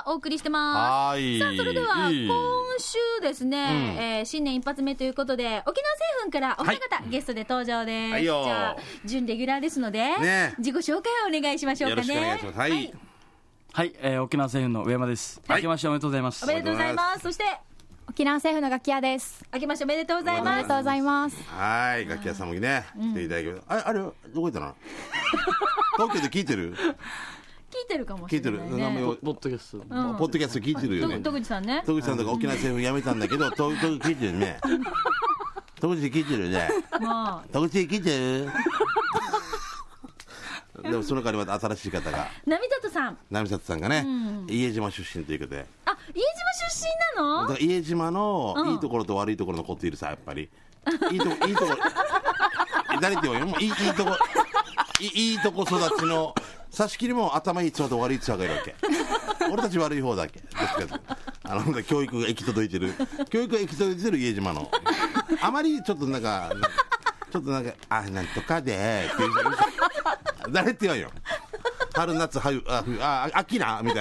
お送りしてます。 はい。 さあ、それでは今週ですね、新年一発目ということで沖縄製粉からお二方、ゲストで登場です。 はいよ。 じゃあ準レギュラーですので、自己紹介をお願いしましょうかね。 よろしくお願いします。はい。 はい、沖縄製粉の上山です。明けましておめでとうございます。 おめでとうございます。そして沖縄政府のガキ屋です。 明けましておめでとうございます。 おめでとうございます。 はい、ガキ屋さんもね、来ていただきます。あれどこ行ったの？東京で聞いてる？ 聞いてるかもしれないね。 聞いてる。名前をポッドキャスト。 ポッドキャスト聞いてるよね。 戸口さんね。 戸口さんとか沖縄政府辞めたんだけど、戸口聞いてるね。戸口聞いてるね。戸口聞いてる。でもその代わりまた新しい方が波里さんがね、家島出身ということで。 あ、家島出身なの？ だから家島のいいところと悪いところの子っているさ、やっぱりいいとこ誰って言うよ、もういいとこいいとこ育ちの差し切りも頭いいツアーと悪いツアーがいるわけ。俺たち悪い方だけ。教育が行き届いてる家島のあまりちょっとなんかあ、なんとかでっていう誰って言わんよ。春夏冬秋なみたい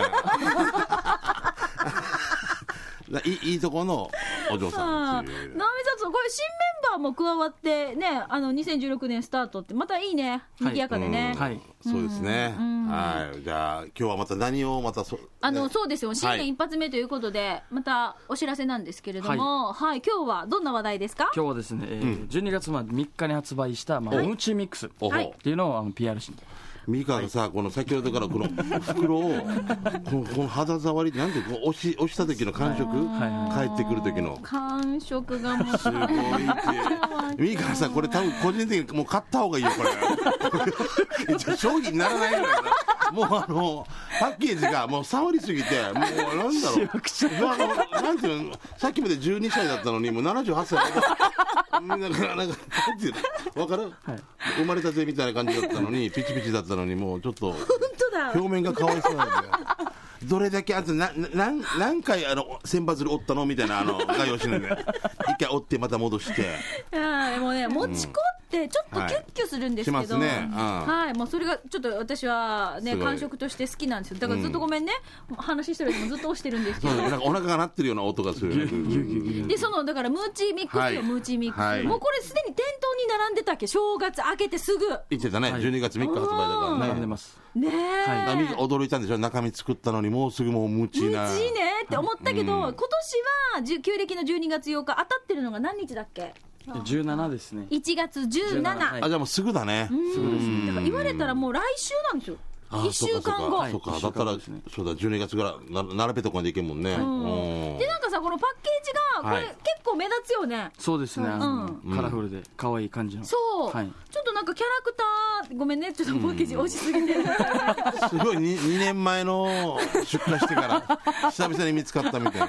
ないいとこのお嬢さんっていう。 直美さん、これ新メンバーも加わってね、2016年スタートってまたいいね、賑やかでね。 はい、 そうですね。はい、じゃあ今日はまた何をそうですよ、新年一発目ということで、またお知らせなんですけれども、はい、今日はどんな話題ですか？ 今日はですね、12月3日に発売したおうちミックスっていうのをPR しミカがさ、この先ほどからこの袋をこの肌触りなんで押した時の感触、帰ってくる時の感触がもうすごいってミカさ、これ多分個人的にもう買った方がいいよこれ商品にならないぐらいだ。もうパッケージがもう触りすぎて、もうなんだろうなんていうの、さっきまで12歳だったのにもう78歳なんていうの分かる、生まれたてみたいな感じだったのにピチピチだったのに、もうちょっと表面がかわいそうなんでどれだけ何回千羽鶴折ったのみたいな画用紙なんで一回折ってまた戻してもうね、持ち粉ってちょっとキュッキュするんですけど、 しますね。 はい、もうそれがちょっと私はね感触として好きなんですよ。だからずっとごめんね、話してる時もずっと押してるんですけど、 なんかお腹が鳴ってるような音がするよね。 でだからムーチーミックスよ、ムーチーミックス、もうこれすでに店頭に並んでたっけ、正月明けてすぐ言ってたね。12月3日発売だからね。 並んでますね。 驚いたんでしょ、中身作ったのにもうすぐもうムチな。 ムチねって思ったけど、今年は旧暦の12月8日当たってるのが何日だっけ ？17ですね。 1月17。 じゃあもうすぐだね。 すぐですね。 だから言われたらもう来週なんですよ。1週間後。 そうか、だったらそうだ、12月ぐらい並べとかでいけんもんね。 でなんかさ、このパッケージがこれ結構目立つよね。 そうですね、カラフルで可愛い感じの。 そう、ちょっとなんかキャラクター、ごめんね、ちょっとパッケージ押しすぎてる。 すごい2年前の出荷してから久々に見つかったみたいな。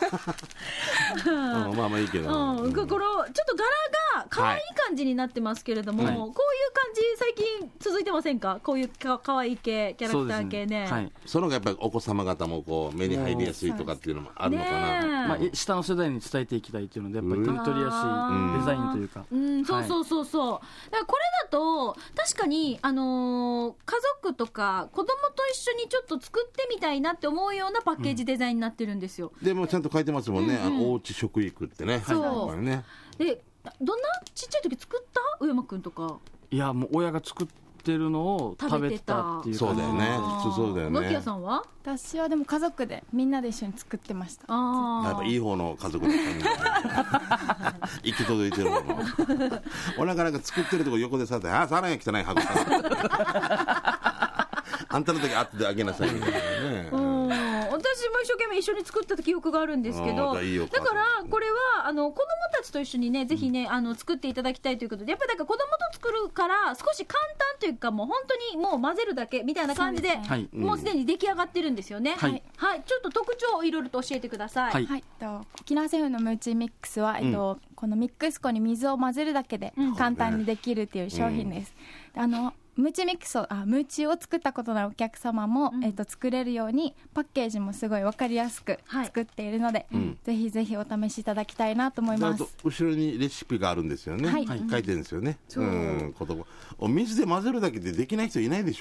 まあまあいいけど、 このちょっと柄が可愛い感じになってますけれども、こういう感じ最近続いてませんか？こういう可愛い系キャラクター系ね。 そのがやっぱりお子様方もこう目に入りやすいとかっていうのもあるのかな。 下の世代に伝えていきたいっていうので、やっぱり手に取りやすいデザインというか。 そうだからこれだと確かに家族とか子供と一緒にちょっと作ってみたいなって思うようなパッケージデザインになってるんですよ。 でもちゃんと書いてますもんね、おうち食育ってね。 そうで、どんなちっちゃい時作った上間くんとか？ いや、もう親が作ってるのを食べてたっていう。 そうだよね、普通そうだよね。 ガキヤさんは？ 私はでも家族でみんなで一緒に作ってました。 やっぱいい方の家族だったんで行き届いてるものおなかなんか作ってるとこ横でさって、ああさらに汚い箱あんたの時あってあげなさいみたいなね。 私も一生懸命一緒に作った記憶があるんですけど、だからこれは子供たちと一緒にね、ぜひね作っていただきたいということで、やっぱりだから子供と作るから少し簡単というか、もう本当にもう混ぜるだけみたいな感じで、もうすでに出来上がってるんですよね。はい、ちょっと特徴をいろいろと教えてください。 沖縄製粉のムーチーミックスは、このミックス粉に水を混ぜるだけで簡単にできるっていう商品です。ムーチミックスムーチを作ったことのあるお客様も、作れるようにパッケージもすごい分かりやすく作っているので、ぜひぜひお試しいただきたいなと思います。 後ろにレシピがあるんですよね。書いてるんですよね。水で混ぜるだけでできない人いないでしょ。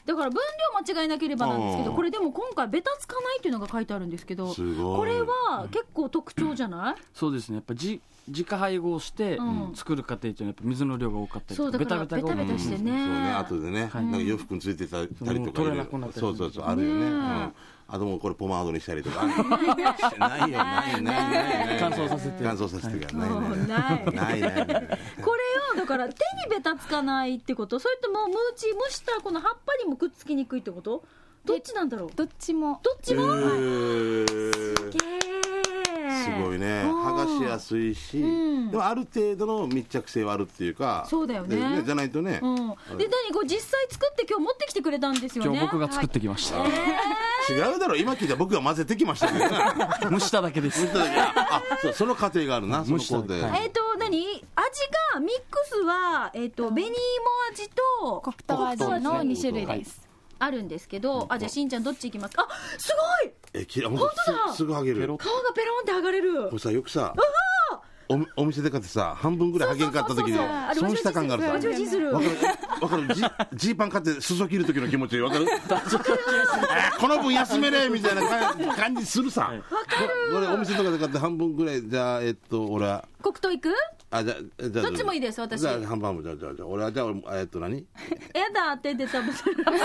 だから分量間違えなければなんですけど、これでも今回ベタつかないっていうのが書いてあるんですけど、これは結構特徴じゃない？ そうですね、やっぱ自家配合して作る過程っていうのはやっぱ水の量が多かったりとか、 ベタベタしてね、 そうね、後でね、なんか洋服についてたりとか、そうそうそう、あるよね。あともこれポマードにしたりとか、ないよ、ない乾燥させてない。 これをだから手にベタつかないってこと？それとも蒸したこの葉っぱにもくっつきにくいってこと？どっちなんだろう？ どっちも。 すげー、 すごいね、剥がしやすいし、でもある程度の密着性はあるっていうか、 そうだよね、 じゃないとね。 で、これ実際作って今日持ってきてくれたんですよね。 今日僕が作ってきました。 違うだろ、今聞いた僕が混ぜてきましたけどね。 蒸しただけです。 その過程があるな、その工程。 味がミックスは紅芋味と黒糖味の2種類です。 あるんですけど、じゃあしんちゃんどっちいきますか？すごい。 本当だ。すぐ剥げる。 皮がペロンって剥がれる。 これさ、よくさ、お店で買ってさ、半分ぐらい剥げんかった時に損した感があるさ。わかる。ジーパン買って裾切る時の気持ちわかる？この分休めれみたいな感じするさ。わかる。 俺お店とかで買って半分ぐらい、じゃあ俺は黒糖いく？ じゃあどっちもいいです私。 じゃあ半分、じゃあ俺は何？ やだ手で食べてる。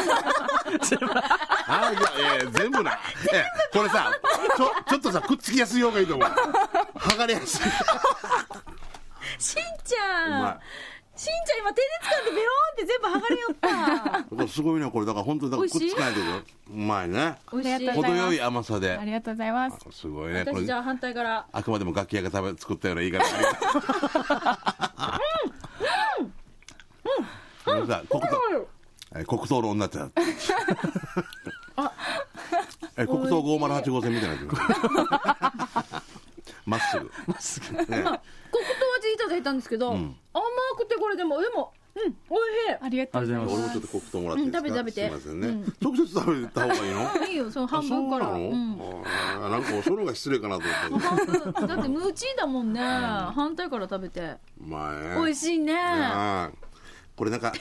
全部な。これさ、ちょっとさくっつきやすい方がいいと思う。剥がれやすい。 しんちゃん今手で掴んでベローンって全部剥がれよった。 すごいねこれ、だから本当にだからくっつかないけどうまいね。程よい甘さで。 ありがとうございます。 すごいね。 私じゃあ反対から。 あくまでも楽器屋が作ったような言い方。黒糖の女って黒糖508号線みたいな。まっすぐ。 黒糖味いただいたんですけど、甘くてこれでもおいしい。 ありがとうございます。 俺もちょっと黒糖もらっていいですか？ 食べて。 すいませんね。直接食べた方がいいの？ いいよ、その半分から。 なんかその方が失礼かなと思って。 だってムーチーだもんね。反対から食べて。おいしいね。 これなんか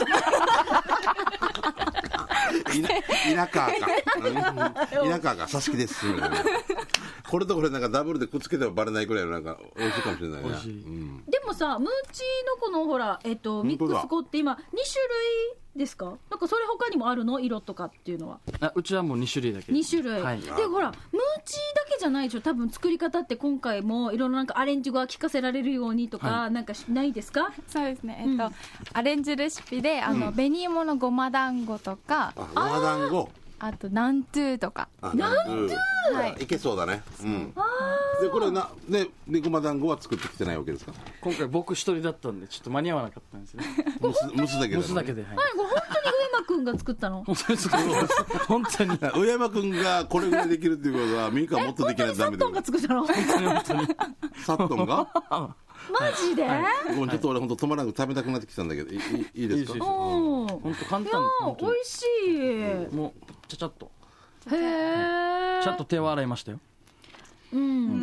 田舎か挿し木です。これとこれなんかダブルでくっつけてもバレないくらいのなんか美味しいかもしれないね。 でもさ、ムーチーのこのほらミックス粉って今2種類ですか？なんかそれ他にもあるの？色とかっていうのは。 うちはもう2種類だけ。 2種類。でほらムーチーだけじゃないでしょ。多分作り方って今回もいろんななんかアレンジが聞かせられるようにとかなんかないですか？ そうですね。アレンジレシピで紅芋のごま団子とか。 ごま団子。 あとナントゥーとか。 ナントゥー。いけそうだね。でこれでごま団子は作ってきてないわけですか？ 今回僕一人だったんでちょっと間に合わなかったんですね。 蒸すだけで。 蒸すだけで。 これ本当に上山くんが作ったの？ 本当に上山くんがこれぐらいできるっていうことはミカはもっとできないとダメだよ。 サットンが作ったの？ サットンが？ マジで？ ちょっと俺本当止まらなく食べたくなってきたんだけどいいですか？ 本当簡単です。 美味しい。 もうちゃちゃっと。 へえ。 ちゃんと手を洗いましたよ。 こ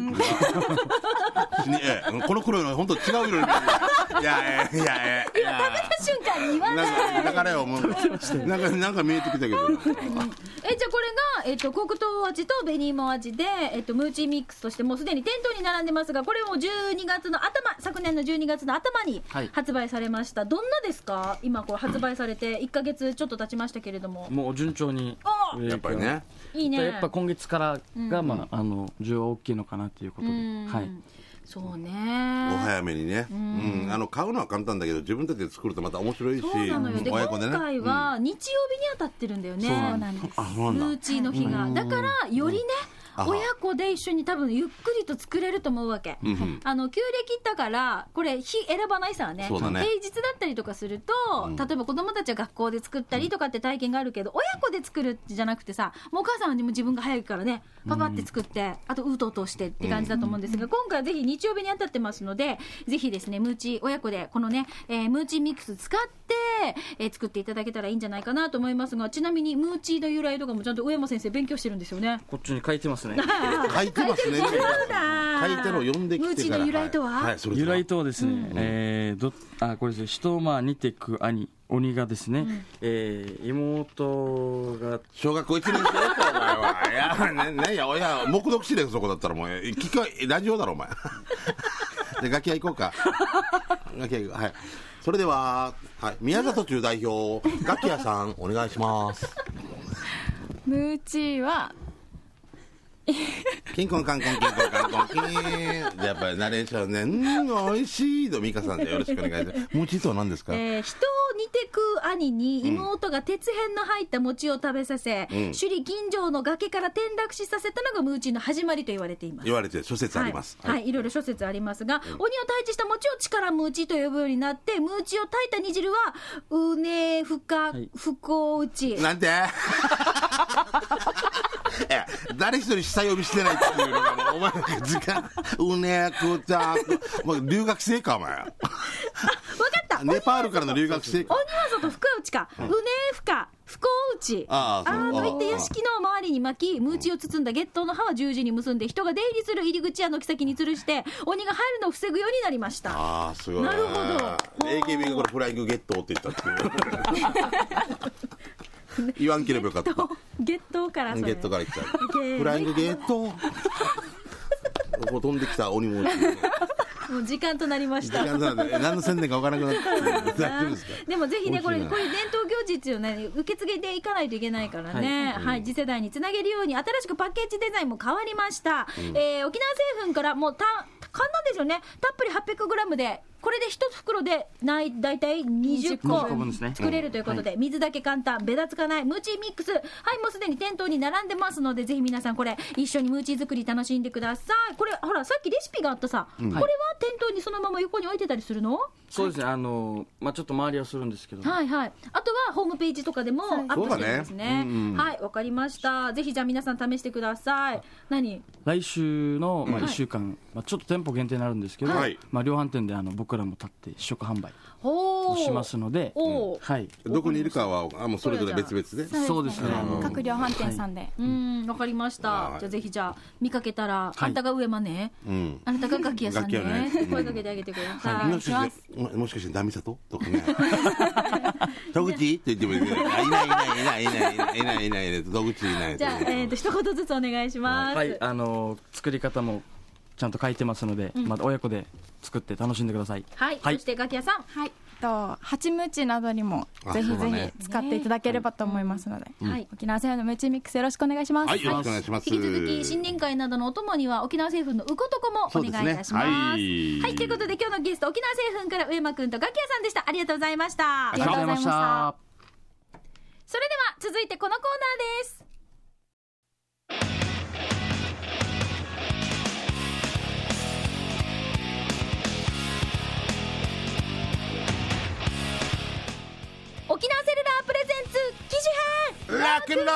の黒いの本当違う色に見える。いや食べた瞬間に言わない。 だからよもうなんか見えてきたけど。 じゃあこれが黒糖味と紅芋味でムーチーミックスとしてもうすでに店頭に並んでますが、これも12月の頭、昨年の12月の頭に発売されました。どんなですか？今こう発売されて1ヶ月ちょっと経ちましたけれども。 もう順調に。 やっぱりね。 いいね。 やっぱ今月からが需要大きいのかなということで。 そうね。 お早めにね。買うのは簡単だけど自分たちで作るとまた面白いし。 そうなのよ。で今回は日曜日に当たってるんだよね。 そうなんです。 ムーチーの日が。だからよりね。親子で一緒に多分ゆっくりと作れると思うわけ。旧暦だからこれ日選ばないさね。平日だったりとかすると、例えば子供たちは学校で作ったりとかって体験があるけど、親子で作るじゃなくてさ、もうお母さんにも自分が早いからねパパって作って、あとうとうとしてって感じだと思うんですが、今回はぜひ日曜日に当たってますので、ぜひですねムーチー親子でこのね、ムーチーミックス使って作っていただけたらいいんじゃないかなと思いますが、ちなみにムーチーの由来とかもちゃんと上山先生勉強してるんですよね。 こっちに書いてますね。 書いてますね。書いてるのを読んできてから。 ムーチーの由来とは、 はい、 由来とはですね、これですね、一間にてく兄、鬼がですね、妹が小学校1年生だったお前は。いや、目読しでそこだったらもうラジオだろお前。でガキ屋行こうか。ガキ屋行こう。はい。それでは、はい、宮里中代表ガキ屋さんお願いします。 ムーチーはキンコンカンコンキンコンカンコンキンでやっぱりナレーションね、おいしいのミカさんでよろしくお願いします。餅とは何ですか？ 人を似てく兄に妹が鉄片の入った餅を食べさせ、首里近所の崖から転落死させたのがムーチーの始まりと言われています。 言われて諸説あります。 はい、いろいろ諸説ありますが、鬼を退治した餅を力ムーチーと呼ぶようになって、ムーチーを炊いた煮汁はうねふか不幸打ちなんて誰一人下呼びしてないっていうのがお前時間うねくちゃ留学生かお前。分かった。 ネパールからの留学生か。 鬼は外福打ちか、うねふか不幸打ちといって屋敷の周りに巻き、ムーチを包んだ月桃の葉は十字に結んで、人が出入りする入り口や軒先に吊るして鬼が入るのを防ぐようになりました。 ああ、すごい。 なるほど。 AKB がこれフライングゲットって言ったっていう言わんければよかった。 ゲットからそれゲットから来たフライングゲットこう飛んできた鬼ももう時間となりました。 時間となって何の宣伝か分からなくなって大丈夫ですか？ でもぜひね、これ伝統行事をね受け継げていかないといけないからね、はい、次世代につなげるように新しくパッケージデザインも変わりました。沖縄製粉からもう簡単ですよね。たっぷり 800g でこれで1袋でだいたい20個作れるということで、水だけ簡単、べたつかないムーチーミックス、はい、もうすでに店頭に並んでますので、ぜひ皆さんこれ一緒にムーチー作り楽しんでください。これほらさっきレシピがあったさ、これは店頭にそのまま横に置いてたりするの？ そうですね、ちょっと周りはするんですけど、 はいはい、あとはホームページとかでもアップしてるんですね。はい、わかりました。ぜひじゃあ皆さん試してください。何？ 来週の1週間、ちょっと店舗限定になるんですけど、量販店で僕らも立って試食販売をしますので、はい、 どこにいるかはもうそれぞれ別々で。 そうですね、 各量販店さんで。 わかりました。じゃあ見かけたら、あんたが上間ね、あなたがガキ屋さんね、声かけてあげてください。 もしかしてダミサトとかね戸口って言ってもいない戸口いない。 じゃあ一言ずつお願いします。 はい、作り方もちゃんと書いてますので、また親子で作って楽しんでください。 はい、そしてガキ屋さん、 はい、蜂ムーチなどにもぜひぜひ使っていただければと思いますので、沖縄製粉のムーチミックスよろしくお願いします。 はい、よろしくお願いします。 引き続き新年会などのお供には沖縄製粉のうことこもお願いいたします。はい、ということで今日のゲスト沖縄製粉から上間くんとガキ屋さんでした。ありがとうございました。 ありがとうございました。 それでは続いてこのコーナーです。沖縄セルラープレゼンツ機種編ラックンロ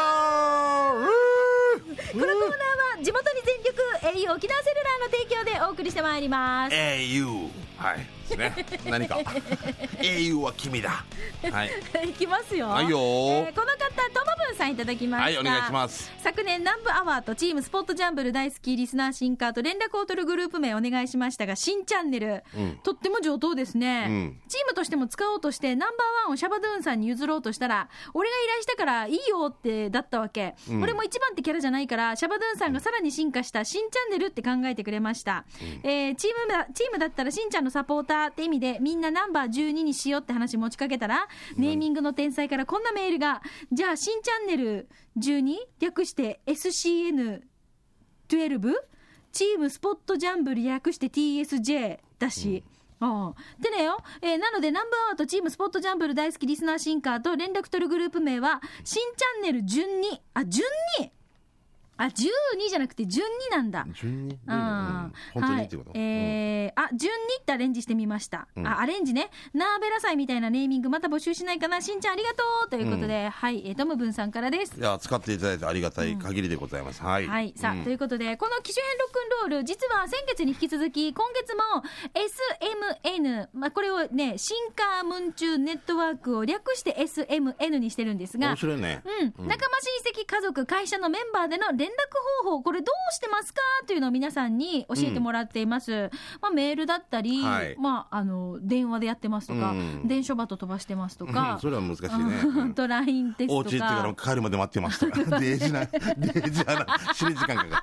ール。 このコーナーは地元に全力 au 沖縄セルラーの提供でお送りしてまいります。 au はいですね。何か au は君だ。はい、 いきますよ。 はいよ、 この方ともぶんさんいただきました。 はい、お願いします。 昨年南部アワーとチームスポットジャンブル大好きリスナーシンカーと連絡を取るグループ名お願いしましたが、新チャンネル、とっても上等ですね、チームとしても使おうとしてナンバーワンをシャバドゥーンさんに譲ろうとしたら、俺が依頼したからいいよってだったわけ、俺も一番ってキャラじゃないからシャバドゥーンさんがさらに進化した新チャンネルって考えてくれました、チームだったらしんちゃんのサポーターって意味でみんなナンバー12にしようって話持ちかけたら、ネーミングの天才からこんなメールが、じゃあ新チャンネル12略して SCN12 チームスポットジャンブル略して TSJ だし、でねよ、なのでナンバーワンとチームスポットジャンブル大好きリスナーシンカーと連絡取るグループ名は新チャンネル12 あ、12じゃなくて順になんだ。 順に、本当にってこと、 順にってアレンジしてみました。アレンジね。ナーベラ祭みたいなネーミングまた募集しないかな。しんちゃんありがとうということで、はい、トムブンさんからです。 いや、使っていただいてありがたい限りでございます。はい。 はい。さあ、ということで、この機種編ロックンロール、実は先月に引き続き、今月も SMN、これをね、シンカームンチューネットワークを略して SMN にしてるんですが、 面白いね。 仲間親戚家族会社のメンバーでの連絡方法、これどうしてますかというのを皆さんに教えてもらっています。メールだったり、電話でやってますとか、電書バト飛ばしてますとか、 それは難しいね。 と LINE テストとか、 お家行ってから帰るまで待ってますとか、デージな死に時間かかる。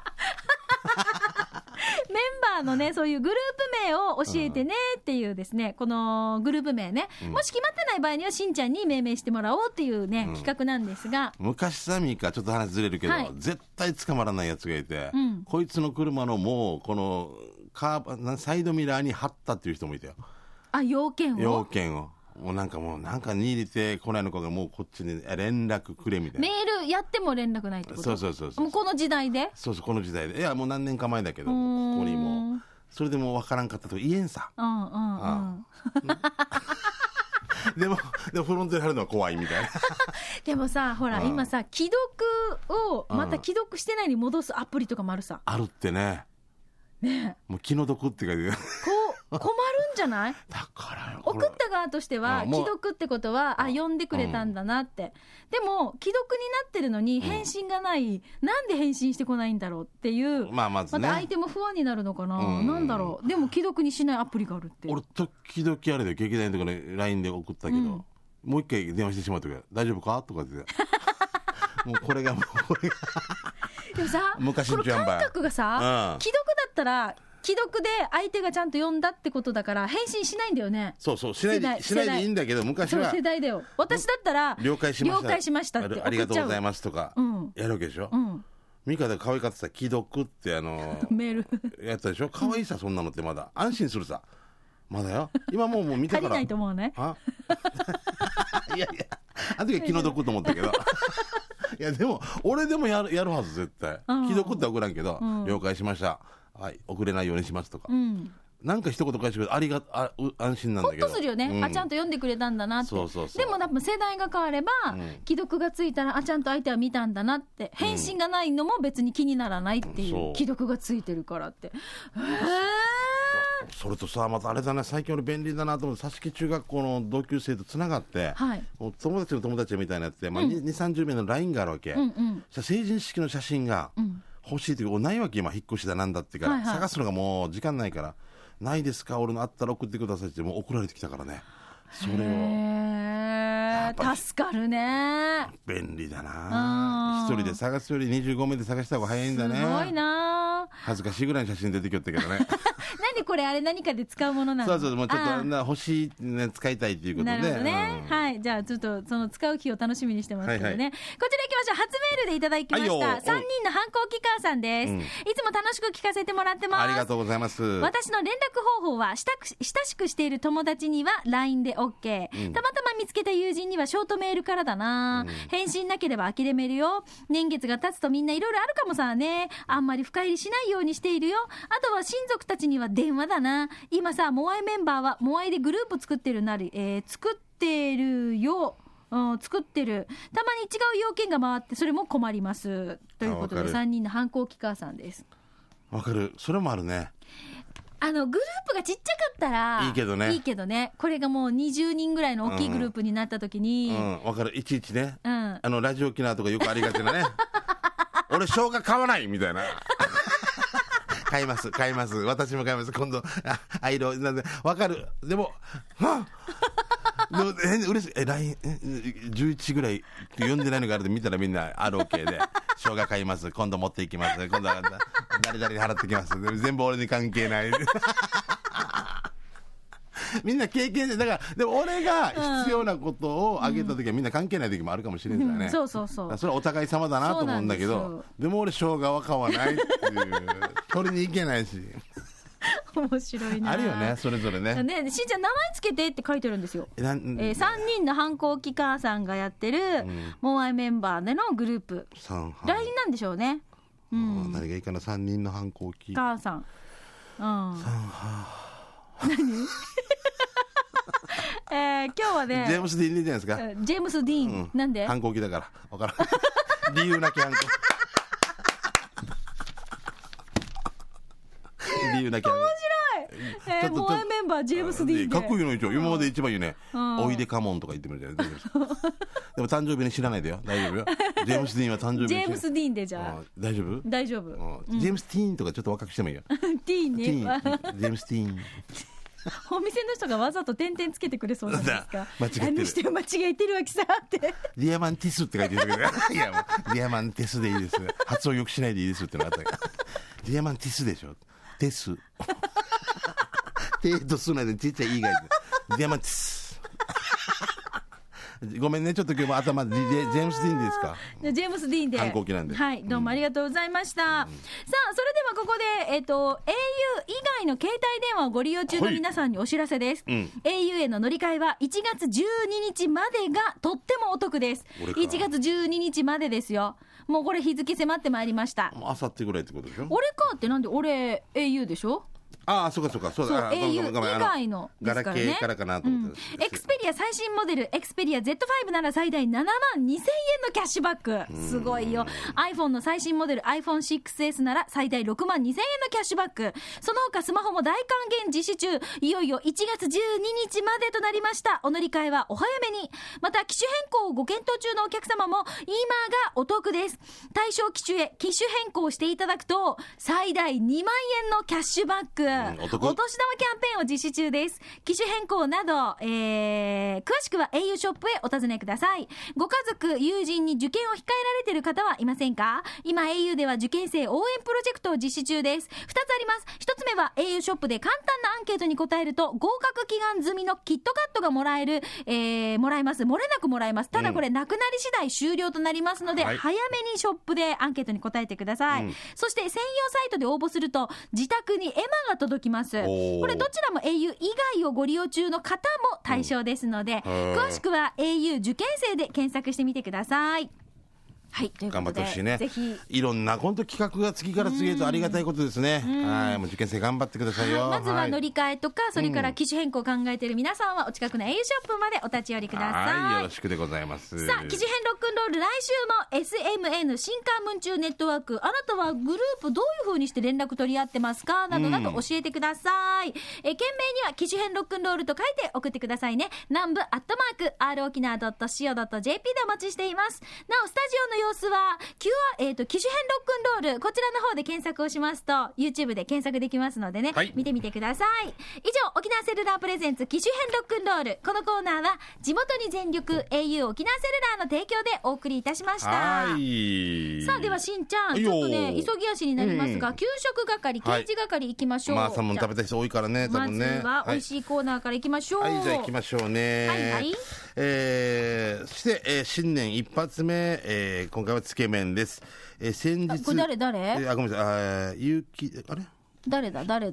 メンバーのね、そういうグループ名を教えてねっていうですね、このグループ名ね、もし決まってない場合にはしんちゃんに命名してもらおうっていうね、企画なんですが、 昔さ、ミカちょっと話ずれるけど、絶対捕まらないやつがいて、こいつの車のもうこのサイドミラーに貼ったっていう人もいたよ。 あ、要件をもうなんかに入れてこないのかが、もうこっちに連絡くれみたいな。 メールやっても連絡ないってこと？ そうもうこの時代で？ そうこの時代で。いや、もう何年か前だけど、ここにもそれでも分からんかったと言えんさ。でもフロントに貼るのは怖いみたいな。 でもさ、ほら今さ、既読をまた既読してないに戻すアプリとかもあるさ。 あるってね。もう気の毒って書いてる。 困るんじゃない？ だからよ、 送った側としては既読ってことは、読んでくれたんだなって。でも既読になってるのに返信がない、なんで返信してこないんだろうっていう、 まずね、 また相手も不安になるのかな、なんだろう。でも既読にしないアプリがあるって。 俺時々あれで劇団のところに LINE で送ったけど、もう一回電話してしまうとき大丈夫かとかってもうこれがでもさ、 昔この感覚がさ、既読だったら既読で相手がちゃんと読んだってことだから返信しないんだよね。 そうしないでいいんだけど、昔は世代だよ。私だったら了解しましたって送っちゃう、 ありがとうございますとかやるわけでしょ。ミカで可愛かったさ、既読ってメールやったでしょ。可愛いさ、そんなのって。まだ安心するさ。まだよ、今もう見たから足りないと思うね。 いやあの時は気の毒と思ったけどいやでも俺でもやるはず、絶対。既読って送らんけど、了解しました、はい、遅れないようにしますとか、なんか一言返してくれて安心なんだけど、 ほっとするよね、ちゃんと読んでくれたんだなって。でも多分世代が変われば、既読がついたらちゃんと相手は見たんだなって、返信がないのも別に気にならないっていう、既読がついてるからって。 それとさ、またあれだね、最近俺便利だなと思って、佐敷中学校の同級生とつながって、友達の友達みたいなやつで、2、30名の LINE があるわけ。成人式の写真が欲しいというないわけ。今引っ越しだなんだってから、探すのがもう時間ないから、ないですか、俺のあったら送ってくださいって、もう送られてきたからね。それを助かるね。 便利だな。一人で探すより25名で探した方が早いんだね。 すごいな。 恥ずかしいぐらいの写真出てきよったけどね。 何これ、あれ何かで使うものなの？ そう、もうちょっと欲しい、ね、使いたいっていうことで。 なるほどね。はい、じゃあちょっとその使う日を楽しみにしてますけどね。こちら行きましょう。初メールでいただきました。3人の反抗期母さんです。いつも楽しく聞かせてもらってます。 ありがとうございます。 私の連絡方法は親しくしている友達には LINE で OK、たまたま見つけた友人にはショートメールからだな、返信なければ諦めるよ。年月が経つとみんないろいろあるかもさね。あんまり深入りしないようにしているよ。あとは親族たちには電話だな。今さ、モアイメンバーはモアイでグループ作ってるなり、作ってるよ。作ってる。たまに違う要件が回ってそれも困りますということで、3人の反抗期母さんです。 わかる。それもあるね。 グループがちっちゃかったらいいけどね。 これがもう20人ぐらいの大きいグループになった時に、 わかる。いちいちね、ラジオ沖縄とかよくありがちなね俺生姜買わないみたいな買います私も買います今度色なんでわかる。でも嬉しい。LINE 11ぐらい読んでないのがあるで見たらみんな ROK で生姜買います、今度持っていきます、今度は誰々に払ってきます、全部俺に関係ないみんな経験で、だからでも俺が必要なことをあげた時はみんな関係ない時もあるかもしれないね、 そうそれはお互い様だなと思うんだけど、でも俺生姜は買わないっていう取りに行けないし面白いな。 あるよね、それぞれね。 しんちゃん名前つけてって書いてるんですよ。3人の反抗期母さんがやってるモアイメンバーでのグループ、LINE なんでしょうね。 何がいいかな、3人の反抗期。 母さん。何今日はね、 ジェームス・ディーンでいいじゃないですか。 ジェームス・ディーン、なんで反抗期だから分からん理由なき反抗理由なき反抗。 面白い。公演メンバージェームス・ディーンでかっこいいの一応、今まで一番いいね。おいでカモンとか言ってみるじゃないですか。でも誕生日に知らないでよ、大丈夫よ。ジェームス・ディーンは誕生日にジェームス・ディーンでじゃあ大丈夫、 大丈夫。 ジェームス・ティーンとかちょっと若くしてもいいよ。 ティーンね。 ジェームス・ティーンお店の人がわざと点々つけてくれそうなんですか。 間違ってる。 何して間違えてるわけさってディアマンティスって書いてるけどいやもうディアマンティスでいいです、発音よくしないでいいですってのがあったからディアマンティスでしょ、テステとすないでちっちゃいいがいディアマンティスごめんね、ちょっと今日も頭でジェームス・ディーンですか。 ジェームス・ディーンで反抗期なんで、 はい、どうもありがとうございました。さあ、それではここで、au 以外の携帯電話をご利用中の皆さんにお知らせです。au への乗り換えは1月12日までがとってもお得です。1月12日までですよ。もうこれ日付迫ってまいりました。 あさってぐらいってことでしょ。 俺かってなんで、俺 au でしょ。 ああ、そうかそうか、そうだ。 au 以外のですからね。 ガラケーからかなと思って。 エクスペリア最新モデルエクスペリア Z5 なら最大7万2000円のキャッシュバック。すごいよ。iPhone の最新モデル iPhone6S なら最大6万2000円のキャッシュバック。その他スマホも大還元実施中。いよいよ1月12日までとなりました。お乗り換えはお早めに。また機種変更をご検討中のお客様も今がお得です。対象機種へ機種変更していただくと最大2万円のキャッシュバック。お年玉キャンペーンを実施中です。機種変更など、詳しくは au ショップへお尋ねください。ご家族、友人に受験を控えられている方はいませんか？今 au では受験生応援プロジェクトを実施中です。2つあります。1つ目は au ショップで簡単なアンケートに答えると合格祈願済みのキットカットがもらえる、もらえます。漏れなくもらえます。ただこれなくなり次第終了となりますので、早めにショップでアンケートに答えてください。そして専用サイトで応募すると自宅にエマが届きます。これどちらも au 以外をご利用中の方も対象ですので、詳しくは au 受験生で検索してみてください。はい、ということで頑張ってほしいね。 ぜひいろんな本当企画が次から次へとありがたいことですね。はい、もう受験生頑張ってくださいよ。 まずは乗り換えとか、それから機種変更を考えている皆さんはお近くの au ショップまでお立ち寄りください。 はい、よろしくでございます。 さあ、機種変ロックンロール、来週の SMN 新刊文中ネットワーク、あなたはグループどういう風にして連絡取り合ってますかなどなど教えてください。件名には機種変ロックンロールと書いて送ってくださいね。南部@r 沖縄 .co.jp でお待ちしています。なおスタジオの様子は機種変ロックンロール、こちらの方で検索をしますと YouTube で検索できますのでね、見てみてください。以上、沖縄セルラープレゼンツ機種変ロックンロール、このコーナーは地元に全力 au 沖縄セルラーの提供でお送りいたしました。はい、さあ、ではしんちゃん、ちょっとね急ぎ足になりますが、給食係、刑事係行きましょう。 まあさんも食べた人多いからね、多分ね。 まずは美味しいコーナーから行きましょう。 はい、じゃあ行きましょうね。はいはい。そして、新年一発目、今回はつけ麺です。先日これ誰？ ごめんなさい、ゆうき、あれ誰だごめん、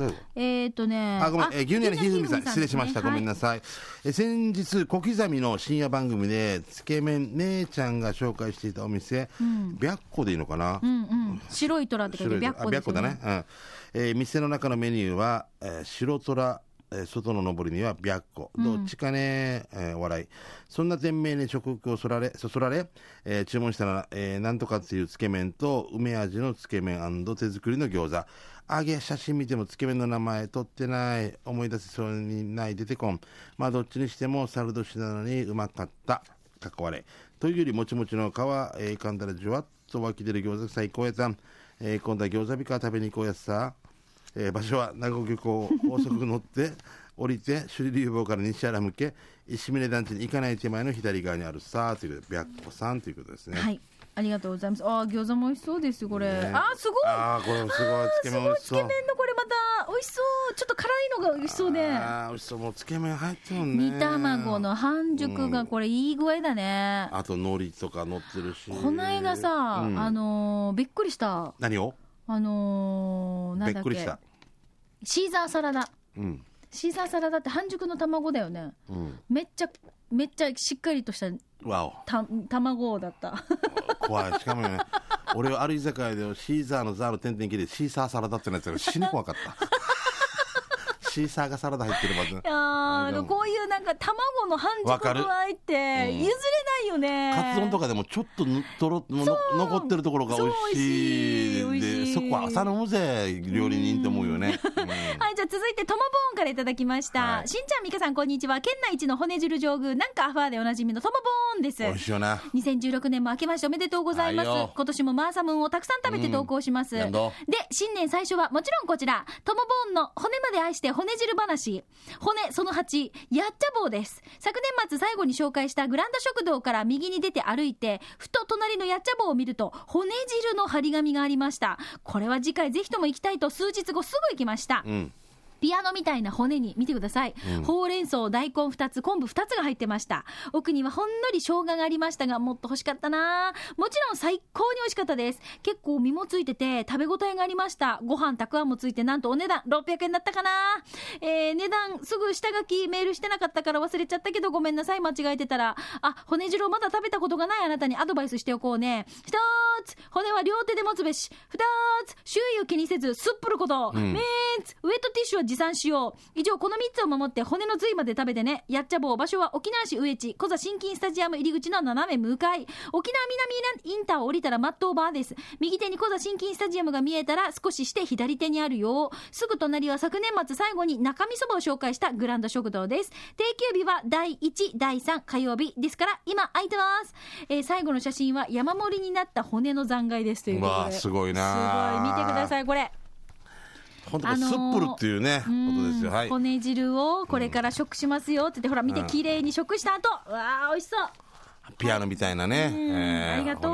牛乳のひふみさん、失礼しました、ごめんなさい。先日小刻みの深夜番組でつけ麺姉ちゃんが紹介していたお店、白虎でいいのかな、 白い虎って書いて白虎ですよね。 白虎だね。店の中のメニューは、白虎、外の上りには白虎、どっちかね、笑い。そんな店名に食欲をそそられ、注文したら、なんとかっていうつけ麺と梅味のつけ麺&手作りの餃子。写真見てもつけ麺の名前取ってない、思い出せそうにない、出てこん。まあどっちにしても猿年なのにうまかった、かっこ悪い。というよりもちもちの皮、噛んだらじゅわっと湧き出る餃子最高やったん。今度は餃子日から食べに行こうやつさ。場所は名護漁港、高速乗って降りて首里流房から西原向け石峰団地に行かない手前の左側にあるさということで白虎さんということですね。 はい、ありがとうございます。餃子も美味しそうですこれ、ね、すごい、 これすごいつけ麺美味しそう。 つけ麺のこれまた美味しそう、ちょっと辛いのが美味しそうで、 美味しそう。もうつけ麺入ってるもんね。 煮卵の半熟がこれいい具合だね。 あと海苔とか乗ってるし、 この間さ、びっくりした。 何をなんだっけ、 びっくりした。 シーザーサラダ、シーザーサラダって半熟の卵だよね、めっちゃしっかりとした卵だった怖い。しかもね俺はある居酒屋でシーザーのザーの点々切りでシーサーサラダってなってたら死に怖かったシーサーがサラダ入ってるバズ。 こういうなんか卵の半熟具合って譲れないよね。 カツ丼とかでもちょっと残ってるところが美味しいで、そこは頼むぜ料理人って思うよね。 はい、じゃあ続いてトモボーンからいただきました。しんちゃんみかさんこんにちは。県内一の骨汁上宮なんかアファーでおなじみのトモボーンです。 美味しいよな。 2016年も明けましておめでとうございます。今年もマーサムーンをたくさん食べて投稿します。で新年最初はもちろんこちらトモボーンの骨まで愛して骨汁話、骨その8やっちゃ棒です。昨年末最後に紹介したグランド食堂から右に出て歩いてふと隣のやっちゃ棒を見ると骨汁の張り紙がありました。これは次回ぜひとも行きたいと数日後すぐ行きました。ピアノみたいな骨に見てください、ほうれん草、大根2つ、昆布2つが入ってました。奥にはほんのり生姜がありましたがもっと欲しかったな。もちろん最高に美味しかったです。結構身もついてて食べ応えがありました。ご飯たくあんもついてなんとお値段600円だったかな。値段すぐ下書きメールしてなかったから忘れちゃったけどごめんなさい、間違えてたら。骨汁をまだ食べたことがないあなたにアドバイスしておこうね。1つ、骨は両手で持つべし。2つ、周囲を気にせずすっぷること。3つ、ウェットティッシュは持参しよう。以上この3つを守って骨の髄まで食べてね。やっちゃ棒、場所は沖縄市上地小座新金スタジアム入り口の斜め向かい。沖縄南インターを降りたらマットオーバーです。右手に小座新金スタジアムが見えたら少しして左手にあるよ。すぐ隣は昨年末最後に中身そばを紹介したグランド食堂です。定休日は第1、第3火曜日ですから今空いてます。最後の写真は山盛りになった骨の残骸ですということで。 すごいな。 すごい、見てくださいこれ。 本当にスップルっていうね、ことですよ。はい、 骨汁をこれから食しますよって言って、ほら見て綺麗に食した後、うわー美味しそう。 ピアノみたいなね。 ありがとう。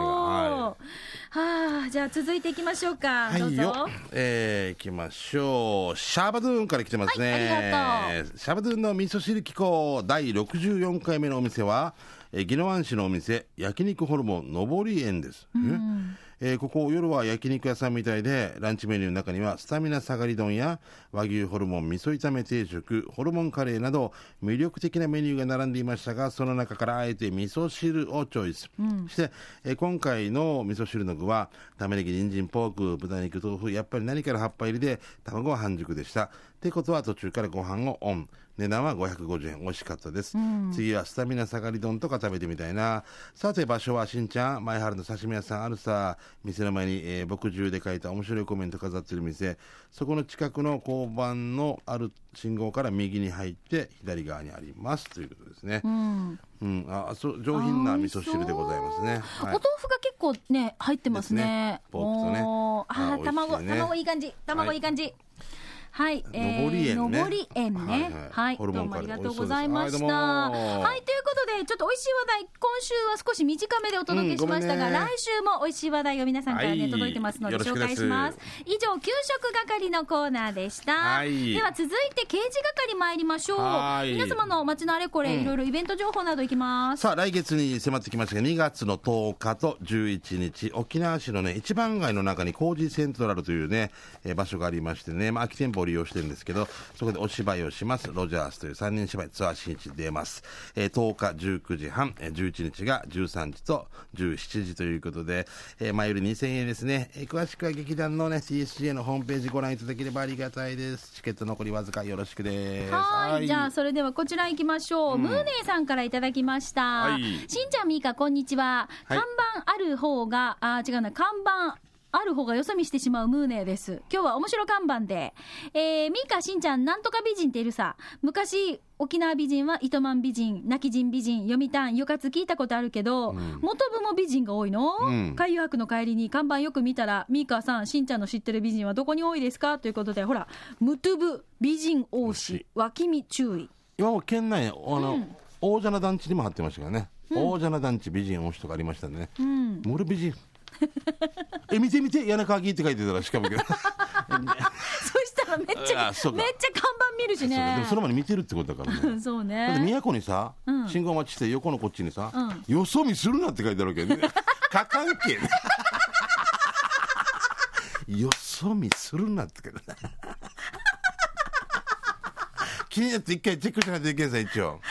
じゃあ続いていきましょうか。どうぞ。 いきましょう。シャーバドゥーンから来てますね。 ありがとう。 シャーバドゥーンの味噌汁機構第64回目のお店は宜野湾市のお店焼肉ホルモンのぼり園です。ここ夜は焼肉屋さんみたいで、ランチメニューの中にはスタミナ下がり丼や和牛ホルモン味噌炒め定食、ホルモンカレーなど魅力的なメニューが並んでいましたが、その中からあえて味噌汁をチョイス、して、今回の味噌汁の具は玉ねぎ、人参、ポーク、豚肉、豆腐、やっぱり何から葉っぱ入りで卵は半熟でした。ってことは途中からご飯をオン、値段は550円、美味しかったです、次はスタミナ下がり丼とか食べてみたいな。さて場所はしんちゃん前原の刺身屋さんあるさ。店の前に、墨汁で書いた面白いコメント飾ってる店、そこの近くの交番のある信号から右に入って左側にありますということですね。上品な味噌汁でございますね。 お豆腐が結構ね入ってますね。 ポークとね。 卵いい感じ。卵いい感じ。はい、のぼり園ね。はい、どうもありがとうございました。はい、ということでちょっと美味しい話題、今週は少し短めでお届けしましたが、来週も美味しい話題を皆さんからね届いてますので紹介します。以上給食係のコーナーでした。では続いて刑事係参りましょう。皆様の街のあれこれいろいろイベント情報などいきます。 さあ来月に迫ってきましたが、2月の10日と11日沖縄市のね一番街の中にコージーセントラルというね、場所がありましてね、空き店舗を利用してるんですけど、そこでお芝居をします。ロジャースという3人芝居ツアー新日出ます。10日19時半、11日が13時と17時ということで、前より2000円ですね。詳しくは劇団のね TSCA のホームページご覧いただければありがたいです。チケット残りわずか、よろしくです。 はい、じゃあそれではこちら行きましょう。ムーネーさんからいただきました。しんちゃんみーかこんにちは。看板ある方が看板ある方がよそ見してしまうムーネーです。今日は面白看板で、ミーカしんちゃんなんとか美人っているさ。昔沖縄美人は糸満美人、泣き人美人、読谷、よかつ聞いたことあるけど、元部も美人が多いの。海遊博の帰りに看板よく見たら、ミーカさんしんちゃんの知ってる美人はどこに多いですかということで、ほらムトゥブ美人多し脇見注意。 今も県内大蛇名団地にも貼ってましたからね、大蛇名団地美人多しとかありましたね。もう美人見て見て柳川木って書いてたらしかもけどそしたらめっちゃ看板見るしね。 でもその前に見てるってことだからねそうね。 だって都にさ、信号待ちして横のこっちにさ、よそ見するなって書いてあるわけねかかんけよそ見するなって書いてある気になって一回チェックしないといけないさ一応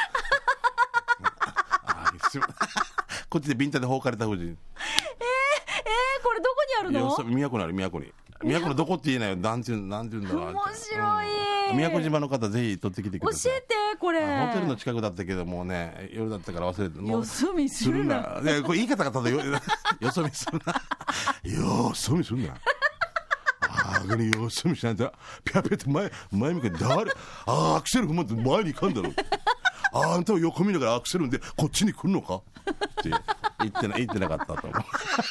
こっちでビンタで放かれた夫人これどこあるの？ 宮古にある、宮古のどこって言えないよ。なんて言うんだろう。 面白い。 宮古島の方ぜひ取ってきてください。 教えてこれ。 ホテルの近くだったけどもうね、夜だったから忘れて。 よそ見するな。 これ言い方がただよそ見するな。よそ見するな。よそ見しないとピャピャって前向けて誰アクセル踏まって前に行かんだろう。あんたは横見ながらアクセル踏んでこっちに来るのかって言ってなかったと思う。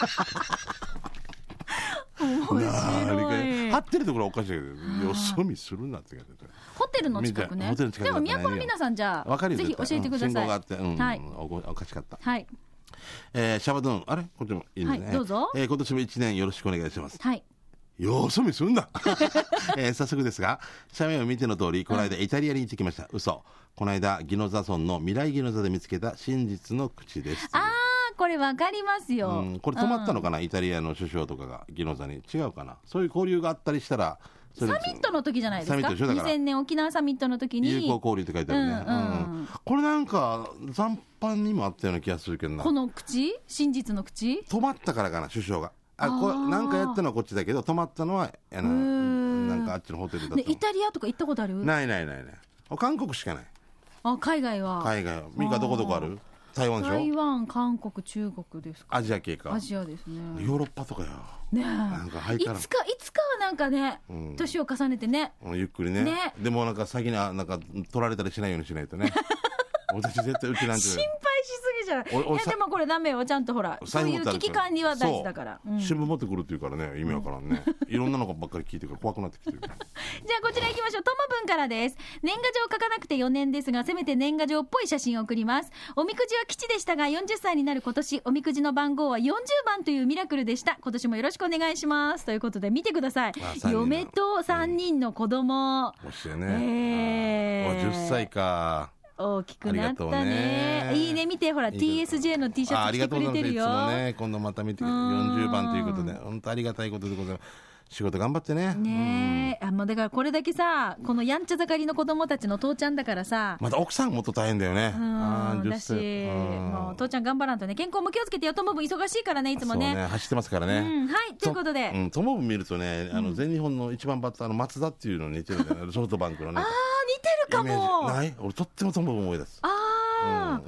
面白い。 張ってるところはおかしいけど、よそ見するなって言ってた。 ホテルの近くね。でも都の皆さんじゃあぜひ教えてください。 信号があって、 はい、 おかしかった。 はい。 シャバドゥン、あれこっちもいいですね。 はい、どうぞ。 今年も1年よろしくお願いします。 はい。 よそ見すんな。早速ですが、写メを見ての通り、この間イタリアに行ってきました。嘘。この間宜野座村の未来宜野座で見つけた真実の口です。 これわかりますよ。 これ泊まったのかな、イタリアの首相とかが宜野座に。違うかな。そういう交流があったりしたら。 サミットの時じゃないですか。 サミットでしょ、だから 2000年沖縄サミットの時に友好交流って書いてあるね。これなんか残飯にもあったような気がするけどな。 この口、真実の口泊まったからかな、首相が。なんかやったのはこっちだけど、泊まったのはなんかあっちのホテルだった。 イタリアとか行ったことある？ ない。韓国しかない。 海外はミカどこある？台湾でしょ？ 台湾、韓国、中国ですか？ アジア系か。 アジアですね。 ヨーロッパとかよ。 ねえ。 なんかいつかはなんかね、年を重ねてね。 ゆっくりね。でもなんか先になんか取られたりしないようにしないとね。私絶対うちなんて。心配しすぎじゃない。いやでもこれダメよ、ちゃんとほら、そういう危機管理は大事だから。 新聞持ってくるって言うからね、意味わからんね。いろんなのばっかり聞いてくる、怖くなってきてる。 じゃあこちら行きましょう。トモブンからです。年賀状書かなくて4年ですが、せめて年賀状っぽい写真を送ります。おみくじは吉でしたが、40歳になる今年、おみくじの番号は40番というミラクルでした。今年もよろしくお願いします。ということで見てください。嫁と3人の子供。 欲しいね。10歳か。 大きくなったね。いいね、見て、ほら TSJ の T シャツ着てくれてるよ。 今度また見て40番ということで本当ありがたいことでございます。仕事頑張ってね。 ねえ、だからこれだけさ、このやんちゃ盛りの子供たちの父ちゃんだからさ、 また奥さんもっと大変だよね。 だし、もう父ちゃん頑張らんとね。健康も気をつけてよ。トモブン忙しいからね、いつもね。 そうね、走ってますからね。 はい、ということで、 トモブン見るとね、全日本の一番バッターの松田っていうのに似てるんだよね。ソフトバンクのね。 似てるかも。 ない？俺とってもトモブン思い出す。 はい、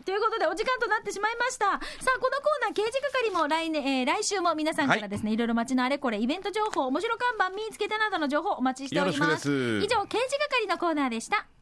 ということでお時間となってしまいました。さあ、このコーナー刑事係も来週も皆さんからですね、いろいろ街のあれこれイベント情報、面白看板見つけたなどの情報お待ちしております。以上、刑事係のコーナーでした。